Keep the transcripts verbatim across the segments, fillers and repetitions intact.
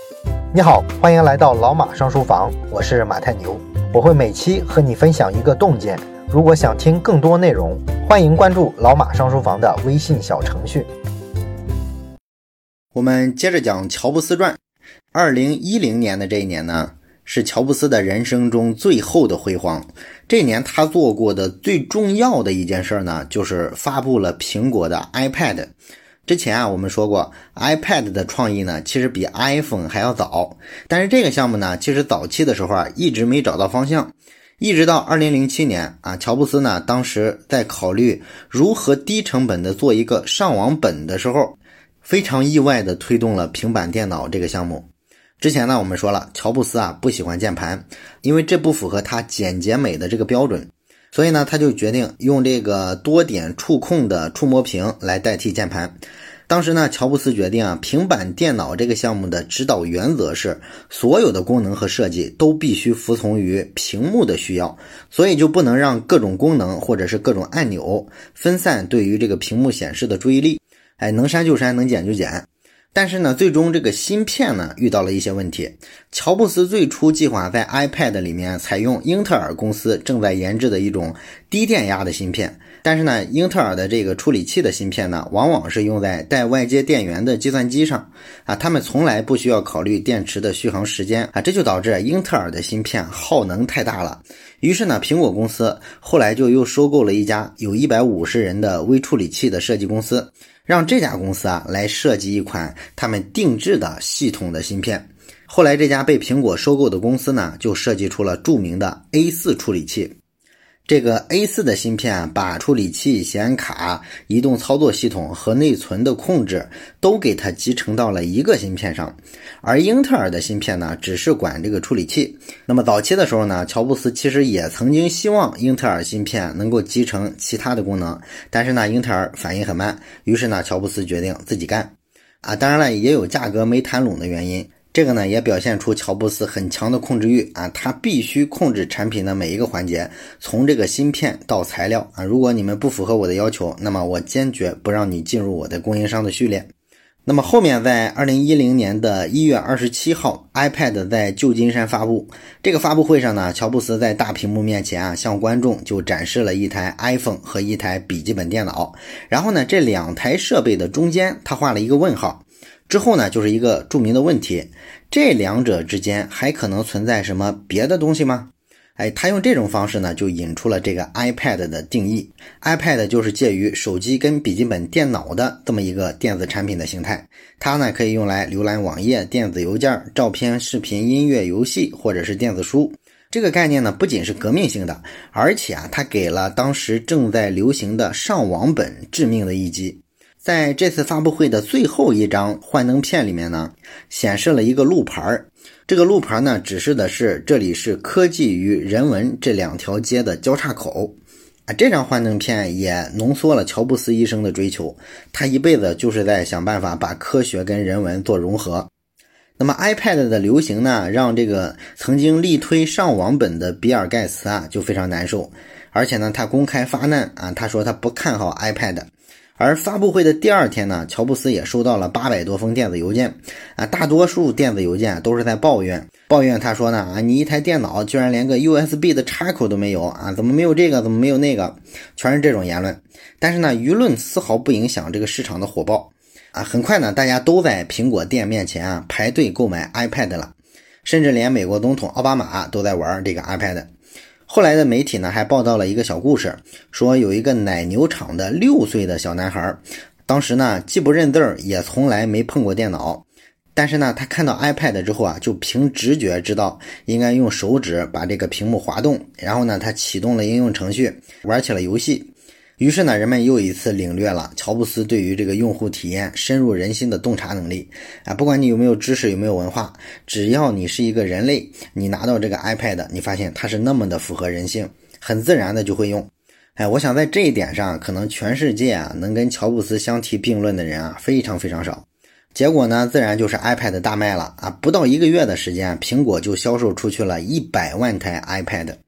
你好，欢迎来到老马上书房，我是马太牛，我会每期和你分享一个洞见。如果想听更多内容，欢迎关注老马上书房的微信小程序。 我们接着讲乔布斯传。二零一零年的这一年呢，是乔布斯的人生中最后的辉煌。这一年他做过的最重要的一件事呢，就是发布了苹果的 iPad。之前啊，我们说过 iPad 的创意呢，其实比 iPhone 还要早，但是这个项目呢，其实早期的时候啊，一直没找到方向，一直到二零零七年啊，乔布斯呢，当时在考虑如何低成本的做一个上网本的时候，非常意外的推动了平板电脑这个项目。之前呢，我们说了，乔布斯啊不喜欢键盘，因为这不符合他简洁美的这个标准，所以呢，他就决定用这个多点触控的触摸屏来代替键盘。当时呢，乔布斯决定啊，平板电脑这个项目的指导原则是，所有的功能和设计都必须服从于屏幕的需要，所以就不能让各种功能或者是各种按钮分散对于这个屏幕显示的注意力。哎，能删就删，能减就减。但是呢，最终这个芯片呢遇到了一些问题。乔布斯最初计划在 iPad 里面采用英特尔公司正在研制的一种低电压的芯片，但是呢，英特尔的这个处理器的芯片呢，往往是用在带外接电源的计算机上啊，他们从来不需要考虑电池的续航时间啊，这就导致英特尔的芯片耗能太大了。于是呢，苹果公司后来就又收购了一家有一百五十人的微处理器的设计公司，让这家公司啊来设计一款他们定制的系统的芯片。后来这家被苹果收购的公司呢，就设计出了著名的 A 四 处理器。这个 A 四 的芯片把处理器、显卡、移动操作系统和内存的控制都给它集成到了一个芯片上，而英特尔的芯片呢，只是管这个处理器。那么早期的时候呢，乔布斯其实也曾经希望英特尔芯片能够集成其他的功能，但是呢，英特尔反应很慢，于是呢，乔布斯决定自己干。啊，当然了，也有价格没谈拢的原因。这个呢也表现出乔布斯很强的控制欲啊，他必须控制产品的每一个环节，从这个芯片到材料啊，如果你们不符合我的要求，那么我坚决不让你进入我的供应商的序列。那么后面在二零一零年的一月二十七号 iPad 在旧金山发布，这个发布会上呢，乔布斯在大屏幕面前啊，向观众就展示了一台 iPhone 和一台笔记本电脑，然后呢这两台设备的中间他画了一个问号，之后呢就是一个著名的问题，这两者之间还可能存在什么别的东西吗？哎，他用这种方式呢就引出了这个 iPad 的定义。 iPad 就是介于手机跟笔记本电脑的这么一个电子产品的形态，它呢可以用来浏览网页、电子邮件、照片、视频、音乐、游戏或者是电子书。这个概念呢不仅是革命性的，而且啊它给了当时正在流行的上网本致命的一击。在这次发布会的最后一张幻灯片里面呢，显示了一个路牌，这个路牌呢指示的是这里是科技与人文这两条街的交叉口啊。这张幻灯片也浓缩了乔布斯一生的追求，他一辈子就是在想办法把科学跟人文做融合。那么 iPad 的流行呢，让这个曾经力推上网本的比尔盖茨啊就非常难受，而且呢他公开发难啊，他说他不看好 iPad。而发布会的第二天呢，乔布斯也收到了八百多封电子邮件啊，大多数电子邮件都是在抱怨，抱怨他说呢啊，你一台电脑居然连个 U S B 的插口都没有啊，怎么没有这个，怎么没有那个，全是这种言论。但是呢，舆论丝毫不影响这个市场的火爆啊，很快呢，大家都在苹果店面前啊排队购买 iPad 了，甚至连美国总统奥巴马都在玩这个 iPad。后来的媒体呢还报道了一个小故事，说有一个奶牛场的六岁的小男孩，当时呢既不认字儿，也从来没碰过电脑，但是呢他看到 iPad 之后啊，就凭直觉知道应该用手指把这个屏幕滑动，然后呢他启动了应用程序，玩起了游戏。于是呢，人们又一次领略了乔布斯对于这个用户体验深入人心的洞察能力啊！不管你有没有知识，有没有文化，只要你是一个人类，你拿到这个 iPad， 你发现它是那么的符合人性，很自然的就会用。哎，我想在这一点上，可能全世界啊能跟乔布斯相提并论的人啊非常非常少。结果呢，自然就是 iPad 大卖了啊！不到一个月的时间，苹果就销售出去了一百万台 iPad。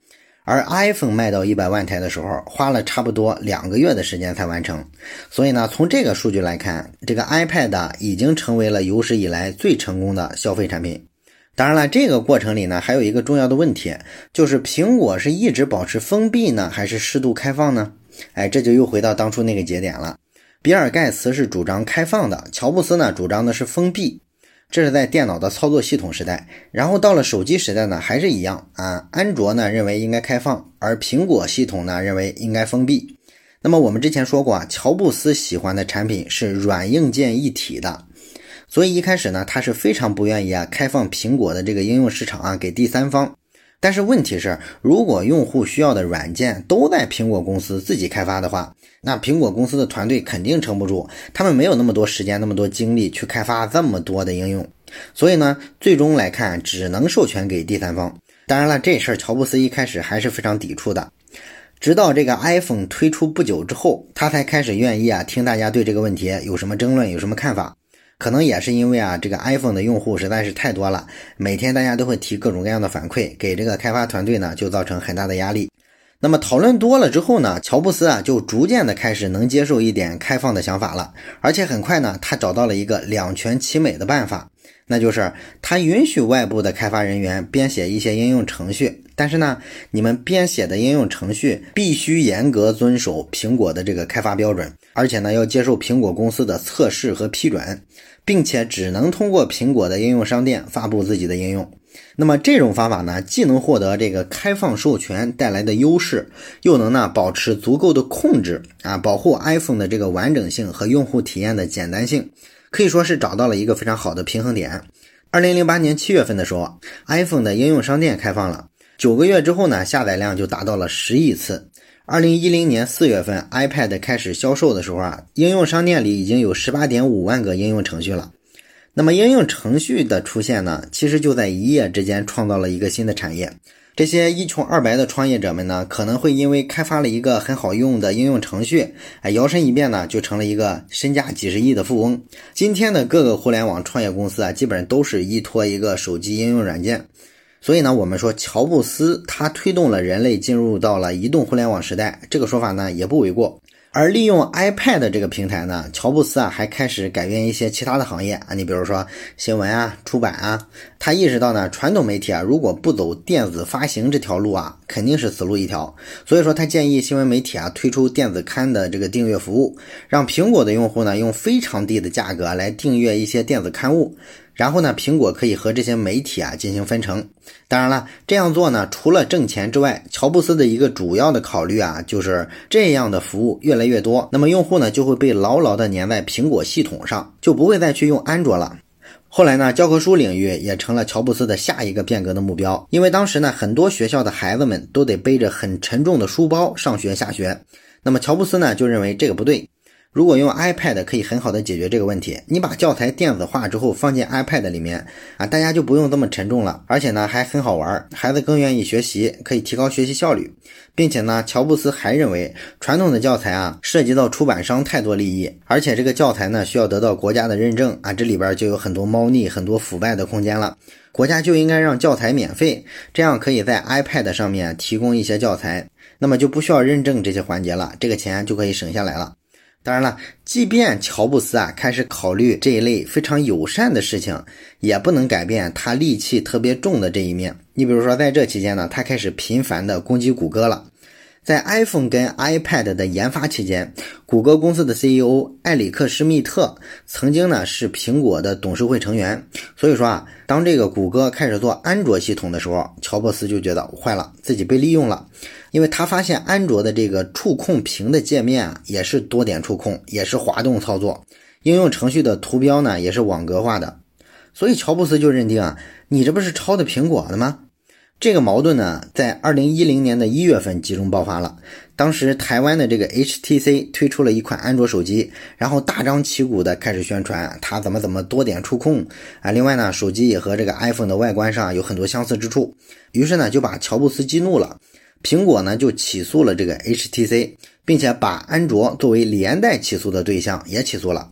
而 iPhone 卖到一百万台的时候，花了差不多两个月的时间才完成。所以呢，从这个数据来看，这个 iPad 已经成为了有史以来最成功的消费产品。当然了，这个过程里呢，还有一个重要的问题，就是苹果是一直保持封闭呢，还是适度开放呢？哎，这就又回到当初那个节点了。比尔盖茨是主张开放的，乔布斯呢主张的是封闭。这是在电脑的操作系统时代，然后到了手机时代呢，还是一样啊。安卓呢认为应该开放，而苹果系统呢认为应该封闭。那么我们之前说过啊，乔布斯喜欢的产品是软硬件一体的。所以一开始呢，他是非常不愿意啊开放苹果的这个应用市场啊给第三方。但是问题是，如果用户需要的软件都在苹果公司自己开发的话，那苹果公司的团队肯定撑不住，他们没有那么多时间那么多精力去开发这么多的应用。所以呢，最终来看只能授权给第三方。当然了，这事儿乔布斯一开始还是非常抵触的。直到这个 iPhone 推出不久之后，他才开始愿意啊听大家对这个问题有什么争论，有什么看法。可能也是因为啊，这个 iPhone 的用户实在是太多了，每天大家都会提各种各样的反馈，给这个开发团队呢就造成很大的压力。那么讨论多了之后呢，乔布斯啊就逐渐的开始能接受一点开放的想法了，而且很快呢，他找到了一个两全其美的办法，那就是他允许外部的开发人员编写一些应用程序，但是呢，你们编写的应用程序必须严格遵守苹果的这个开发标准，而且呢要接受苹果公司的测试和批准，并且只能通过苹果的应用商店发布自己的应用。那么这种方法呢，既能获得这个开放授权带来的优势，又能呢保持足够的控制啊，保护 iPhone 的这个完整性和用户体验的简单性，可以说是找到了一个非常好的平衡点。二零零八年七月份的时候 ，iPhone 的应用商店开放了，九个月之后呢，下载量就达到了十亿次。二零一零年四月份 iPad 开始销售的时候啊，应用商店里已经有 十八点五万个应用程序了。那么应用程序的出现呢，其实就在一夜之间创造了一个新的产业。这些一穷二白的创业者们呢，可能会因为开发了一个很好用的应用程序，哎，摇身一变呢，就成了一个身价几十亿的富翁。今天的各个互联网创业公司啊，基本上都是依托一个手机应用软件。所以呢，我们说乔布斯他推动了人类进入到了移动互联网时代，这个说法呢也不为过。而利用 iPad 这个平台呢，乔布斯啊还开始改变一些其他的行业啊，你比如说新闻啊、出版啊。他意识到呢，传统媒体啊如果不走电子发行这条路啊，肯定是死路一条。所以说他建议新闻媒体啊推出电子刊的这个订阅服务，让苹果的用户呢用非常低的价格来订阅一些电子刊物。然后呢，苹果可以和这些媒体啊进行分成。当然了，这样做呢，除了挣钱之外，乔布斯的一个主要的考虑啊，就是这样的服务越来越多，那么用户呢就会被牢牢的粘在苹果系统上，就不会再去用安卓了。后来呢，教科书领域也成了乔布斯的下一个变革的目标，因为当时呢，很多学校的孩子们都得背着很沉重的书包上学下学，那么乔布斯呢就认为这个不对。如果用 iPad 可以很好的解决这个问题，你把教材电子化之后放进 iPad 里面啊，大家就不用这么沉重了，而且呢还很好玩，孩子更愿意学习，可以提高学习效率。并且呢，乔布斯还认为传统的教材啊涉及到出版商太多利益，而且这个教材呢需要得到国家的认证啊，这里边就有很多猫腻、很多腐败的空间了。国家就应该让教材免费，这样可以在 iPad 上面提供一些教材，那么就不需要认证这些环节了，这个钱就可以省下来了。当然了，即便乔布斯啊开始考虑这一类非常友善的事情，也不能改变他戾气特别重的这一面。你比如说在这期间呢，他开始频繁的攻击谷歌了。在 iPhone 跟 iPad 的研发期间，谷歌公司的 C E O 埃里克施密特曾经呢是苹果的董事会成员。所以说啊，当这个谷歌开始做安卓系统的时候，乔布斯就觉得坏了，自己被利用了。因为他发现安卓的这个触控屏的界面啊，也是多点触控，也是滑动操作，应用程序的图标呢也是网格化的。所以乔布斯就认定啊，你这不是抄的苹果的吗？这个矛盾呢，在二零一零年的一月份集中爆发了。当时台湾的这个 H T C 推出了一款安卓手机，然后大张旗鼓的开始宣传它怎么怎么多点触控啊。另外呢，手机也和这个 iPhone 的外观上有很多相似之处。于是呢，就把乔布斯激怒了。苹果呢就起诉了这个 H T C， 并且把安卓作为连带起诉的对象也起诉了。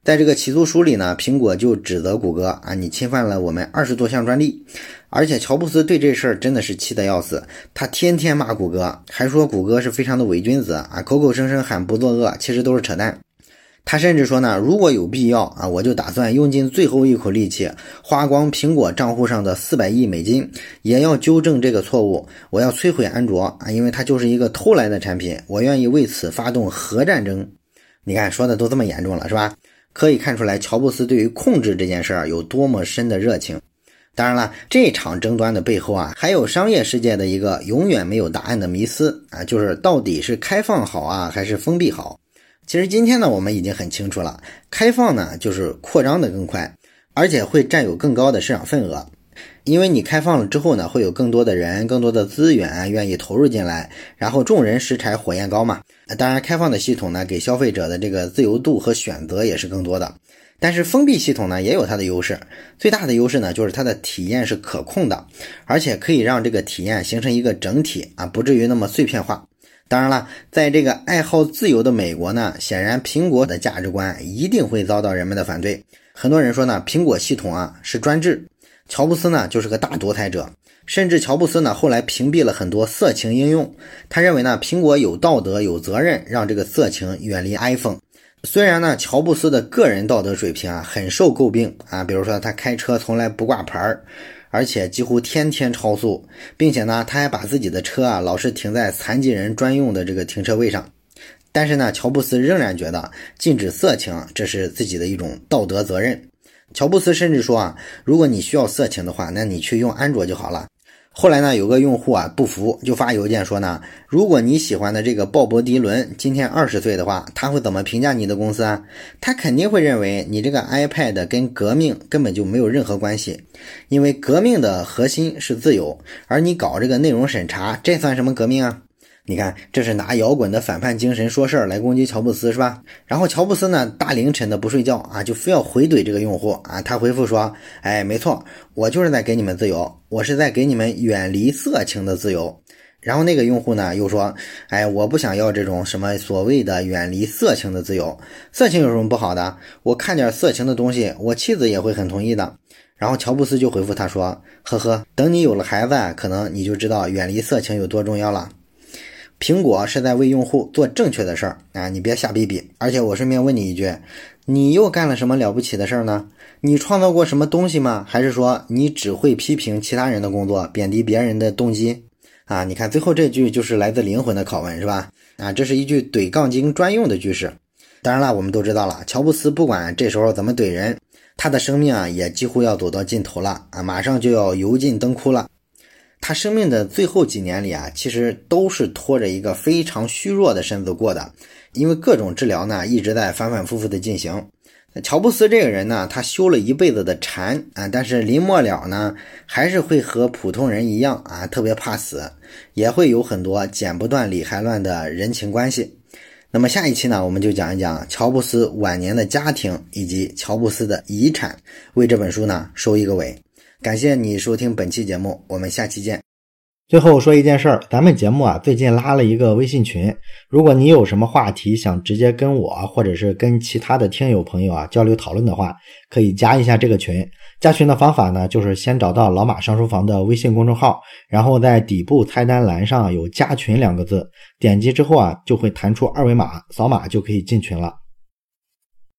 在这个起诉书里呢，苹果就指责谷歌啊，你侵犯了我们二十多项专利。而且乔布斯对这事儿真的是气得要死，他天天骂谷歌，还说谷歌是非常的伪君子啊，口口声声喊不作恶，其实都是扯淡。他甚至说呢，如果有必要啊，我就打算用尽最后一口力气，花光苹果账户上的四百亿美金，也要纠正这个错误。我要摧毁安卓啊，因为它就是一个偷来的产品，我愿意为此发动核战争。你看说的都这么严重了是吧？可以看出来乔布斯对于控制这件事儿有多么深的热情。当然了，这场争端的背后啊，还有商业世界的一个永远没有答案的迷思啊，就是到底是开放好啊，还是封闭好？其实今天呢，我们已经很清楚了，开放呢就是扩张的更快，而且会占有更高的市场份额。因为你开放了之后呢，会有更多的人、更多的资源愿意投入进来，然后众人拾柴火焰高嘛。当然，开放的系统呢，给消费者的这个自由度和选择也是更多的。但是封闭系统呢也有它的优势，最大的优势呢就是它的体验是可控的，而且可以让这个体验形成一个整体啊，不至于那么碎片化。当然了，在这个爱好自由的美国呢，显然苹果的价值观一定会遭到人们的反对。很多人说呢，苹果系统啊是专制，乔布斯呢就是个大独裁者，甚至乔布斯呢后来屏蔽了很多色情应用。他认为呢，苹果有道德有责任让这个色情远离 iPhone。虽然呢，乔布斯的个人道德水平啊很受诟病啊，比如说他开车从来不挂牌，而且几乎天天超速，并且呢，他还把自己的车啊老是停在残疾人专用的这个停车位上。但是呢，乔布斯仍然觉得禁止色情这是自己的一种道德责任。乔布斯甚至说啊，如果你需要色情的话，那你去用安卓就好了。后来呢，有个用户啊不服，就发邮件说呢，如果你喜欢的这个鲍勃迪伦今天二十岁的话，他会怎么评价你的公司啊？他肯定会认为你这个 iPad 跟革命根本就没有任何关系，因为革命的核心是自由，而你搞这个内容审查，这算什么革命啊？你看，这是拿摇滚的反叛精神说事儿来攻击乔布斯是吧？然后乔布斯呢，大凌晨的不睡觉啊，就非要回怼这个用户啊。他回复说，哎，没错，我就是在给你们自由，我是在给你们远离色情的自由。然后那个用户呢又说，哎，我不想要这种什么所谓的远离色情的自由，色情有什么不好的？我看点色情的东西，我妻子也会很同意的。然后乔布斯就回复他说，呵呵，等你有了孩子，可能你就知道远离色情有多重要了。苹果是在为用户做正确的事儿啊，你别瞎逼逼。而且我顺便问你一句，你又干了什么了不起的事儿呢？你创造过什么东西吗？还是说你只会批评其他人的工作，贬低别人的动机啊？你看最后这句就是来自灵魂的拷问是吧？啊，这是一句怼杠精专用的句式。当然了，我们都知道了，乔布斯不管这时候怎么怼人，他的生命啊也几乎要走到尽头了啊，马上就要油尽灯枯了。他生命的最后几年里啊，其实都是拖着一个非常虚弱的身子过的，因为各种治疗呢一直在反反复复的进行。乔布斯这个人呢，他修了一辈子的禅啊，但是临末了呢，还是会和普通人一样啊，特别怕死，也会有很多剪不断理还乱的人情关系。那么下一期呢，我们就讲一讲乔布斯晚年的家庭以及乔布斯的遗产，为这本书呢收一个尾。感谢你收听本期节目，我们下期见。 最后说一件事儿，咱们节目啊最近拉了一个微信群，如果你有什么话题想直接跟我或者是跟其他的听友朋友啊交流讨论的话，可以加一下这个群。加群的方法呢，就是先找到老马上书房的微信公众号，然后在底部菜单栏上有加群两个字，点击之后啊就会弹出二维码，扫码就可以进群了。